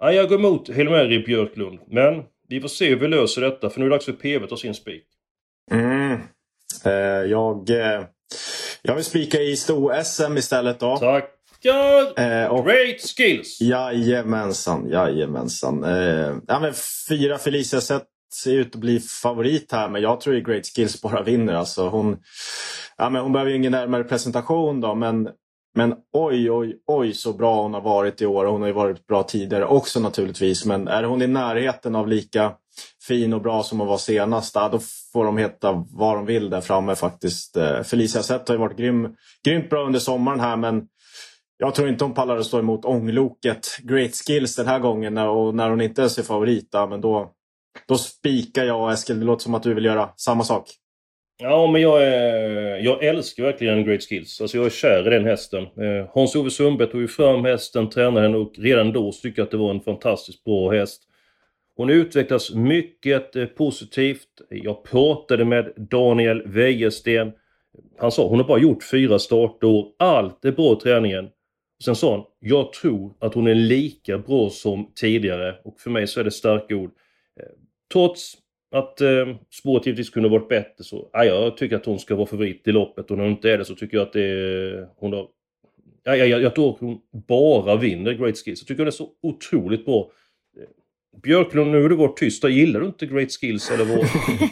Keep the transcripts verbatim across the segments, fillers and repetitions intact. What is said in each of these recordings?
Ja, jag går emot Hilmeri Björklund. Men vi får se hur vi löser detta. För nu är det dags för P V att ta sin spik. Mm. Eh, jag, eh, jag vill spika i sto-S M istället då. Tackar! Eh, och, Great skills! Jajamensan, jajamensan. Eh, ja, men fyra Felicia Sett ser ut att bli favorit här. Men jag tror att Great Skills bara vinner. Alltså, hon, ja, men hon behöver ju ingen närmare presentation då. Men, men oj, oj, oj så bra hon har varit i år. Hon har ju varit bra tidigare också naturligtvis. Men är hon i närheten av lika fin och bra som hon var senast, då får de heta vad de vill där framme faktiskt. Felicia Sett har ju varit grym, grymt bra under sommaren här, men jag tror inte hon pallar att stå emot ångloket Great Skills den här gången, och när hon inte ens är favorit, men då, då spikar jag. Eskil, det låter som att du vill göra samma sak. Ja, men jag, är, jag älskar verkligen Great Skills. Alltså jag är kär i den hästen. Eh, Hans-Ove Sundberg tog ju fram hästen, tränade henne, och redan då tycker jag att det var en fantastiskt bra häst. Hon utvecklas mycket eh, positivt. Jag pratade med Daniel Wäjersten. Han sa, hon har bara gjort fyra startår. Allt är bra i träningen. Sen sa han, jag tror att hon är lika bra som tidigare. Och för mig så är det starka ord. Eh, trots att eh, spåret givetvis kunde ha varit bättre, så ja, jag tycker att hon ska vara favorit i loppet. Och när hon inte är det så tycker jag att det är, hon har, ja, jag, jag tror att hon bara vinner Great Skills. Jag tycker att det är så otroligt bra. Björklund, nu har du varit tysta. Gillar du inte Great Skills eller vad?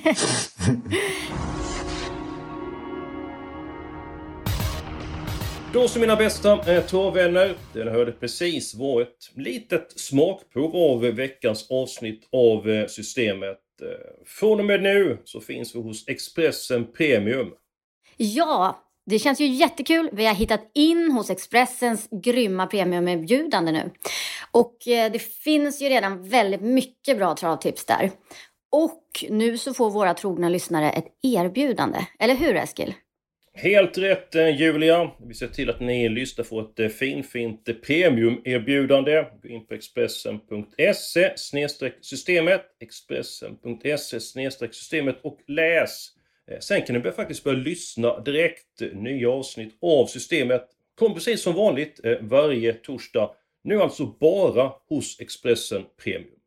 Då som mina bästa eh, torvvänner, den hörde precis var ett litet smakprov av veckans avsnitt av eh, systemet. Eh, från och med nu så finns vi hos Expressen Premium. Ja, det känns ju jättekul. Vi har hittat in hos Expressens grymma premiumerbjudande nu. Och eh, det finns ju redan väldigt mycket bra travtips där. Och nu så får våra trogna lyssnare ett erbjudande. Eller hur, Eskil? Helt rätt, Julia. Vi ser till att ni lyssnar för ett eh, fin, fint eh, premiumerbjudande. Gå in på expressen punkt se snedstreck systemet. expressen punkt se snedstreck systemet och läs. Eh, sen kan ni börja, faktiskt börja lyssna direkt. Nya avsnitt av systemet kommer precis som vanligt eh, varje torsdag. Nu alltså bara hos Expressen Premium.